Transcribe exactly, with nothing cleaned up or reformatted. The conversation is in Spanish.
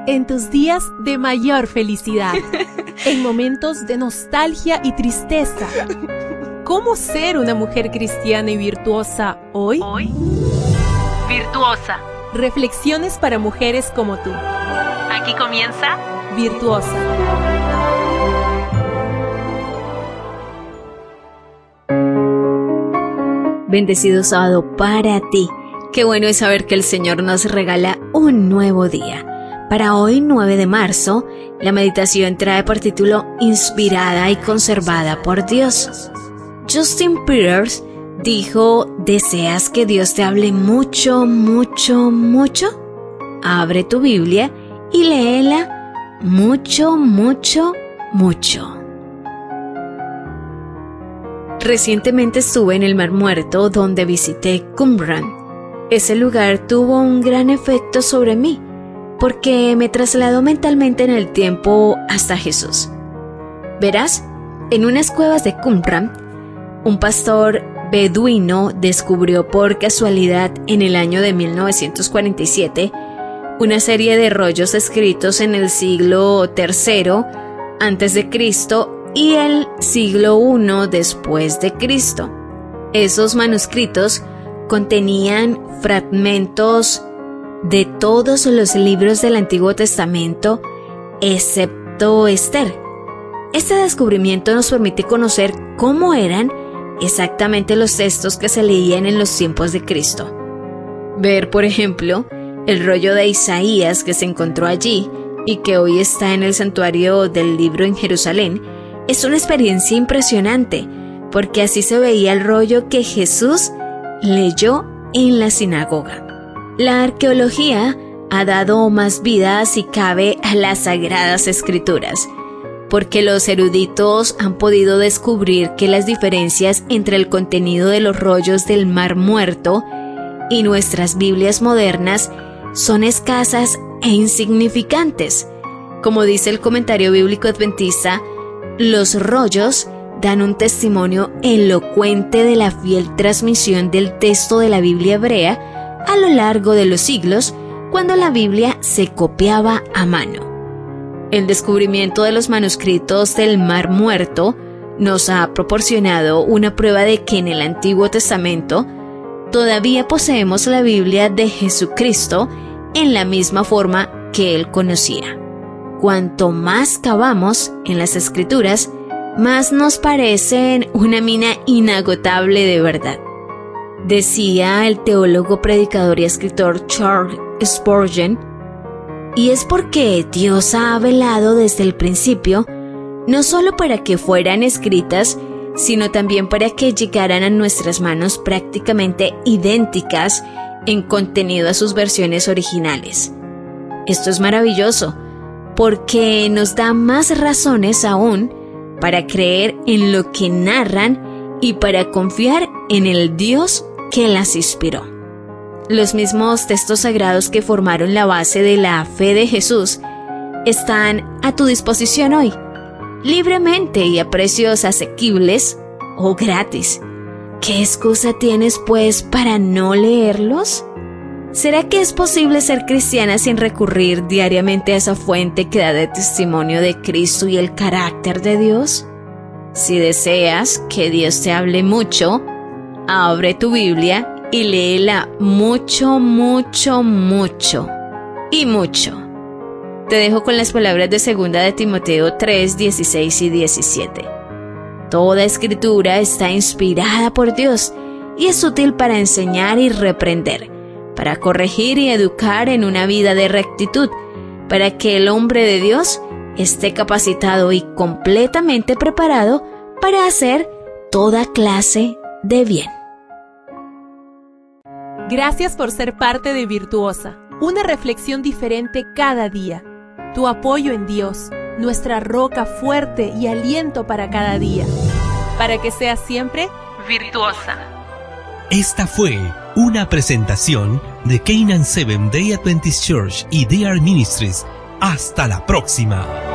En tus días de mayor felicidad, en momentos de nostalgia y tristeza. ¿Cómo ser una mujer cristiana y virtuosa hoy? Hoy, virtuosa. Reflexiones para mujeres como tú. Aquí comienza Virtuosa. Bendecido sábado para ti. Qué bueno es saber que el Señor nos regala un nuevo día. Para hoy, nueve de marzo, la meditación trae por título Inspirada y conservada por Dios. Justin Peters dijo: ¿deseas que Dios te hable mucho, mucho, mucho? Abre tu Biblia y léela mucho, mucho, mucho. Recientemente estuve en el Mar Muerto, donde visité Qumran. Ese lugar tuvo un gran efecto sobre mí, porque me trasladó mentalmente en el tiempo hasta Jesús. Verás, en unas cuevas de Qumran, un pastor beduino descubrió por casualidad en el año de mil novecientos cuarenta y siete una serie de rollos escritos en el siglo tercero antes de Cristo y el siglo primero después de Cristo. Esos manuscritos contenían fragmentos de todos los libros del Antiguo Testamento, excepto Esther. Este descubrimiento nos permite conocer cómo eran exactamente los textos que se leían en los tiempos de Cristo. Ver, por ejemplo, el rollo de Isaías que se encontró allí y que hoy está en el santuario del libro en Jerusalén, es una experiencia impresionante, porque así se veía el rollo que Jesús leyó en la sinagoga. La arqueología ha dado más vida, si cabe, a las Sagradas Escrituras, porque los eruditos han podido descubrir que las diferencias entre el contenido de los rollos del Mar Muerto y nuestras Biblias modernas son escasas e insignificantes. Como dice el comentario bíblico adventista, los rollos dan un testimonio elocuente de la fiel transmisión del texto de la Biblia hebrea a lo largo de los siglos, cuando la Biblia se copiaba a mano. El descubrimiento de los manuscritos del Mar Muerto nos ha proporcionado una prueba de que en el Antiguo Testamento todavía poseemos la Biblia de Jesucristo en la misma forma que Él conocía. Cuanto más cavamos en las Escrituras, más nos parecen una mina inagotable de verdad. Decía el teólogo, predicador y escritor Charles Spurgeon, y es porque Dios ha velado desde el principio, no solo para que fueran escritas, sino también para que llegaran a nuestras manos prácticamente idénticas en contenido a sus versiones originales. Esto es maravilloso, porque nos da más razones aún para creer en lo que narran y para confiar en el Dios que las inspiró. Los mismos textos sagrados que formaron la base de la fe de Jesús están a tu disposición hoy, libremente y a precios asequibles o gratis. ¿Qué excusa tienes, pues, para no leerlos? ¿Será que es posible ser cristiana sin recurrir diariamente a esa fuente que da de testimonio de Cristo y el carácter de Dios? Si deseas que Dios te hable mucho, abre tu Biblia y léela mucho, mucho, mucho y mucho. Te dejo con las palabras de segunda de Timoteo tres, dieciséis y diecisiete. Toda escritura está inspirada por Dios y es útil para enseñar y reprender, para corregir y educar en una vida de rectitud, para que el hombre de Dios esté capacitado y completamente preparado para hacer toda clase de bien. Gracias por ser parte de Virtuosa, una reflexión diferente cada día. Tu apoyo en Dios, nuestra roca fuerte y aliento para cada día. Para que seas siempre virtuosa. Esta fue una presentación de Canaan Seventh Day Adventist Church y D R Ministries. Hasta la próxima.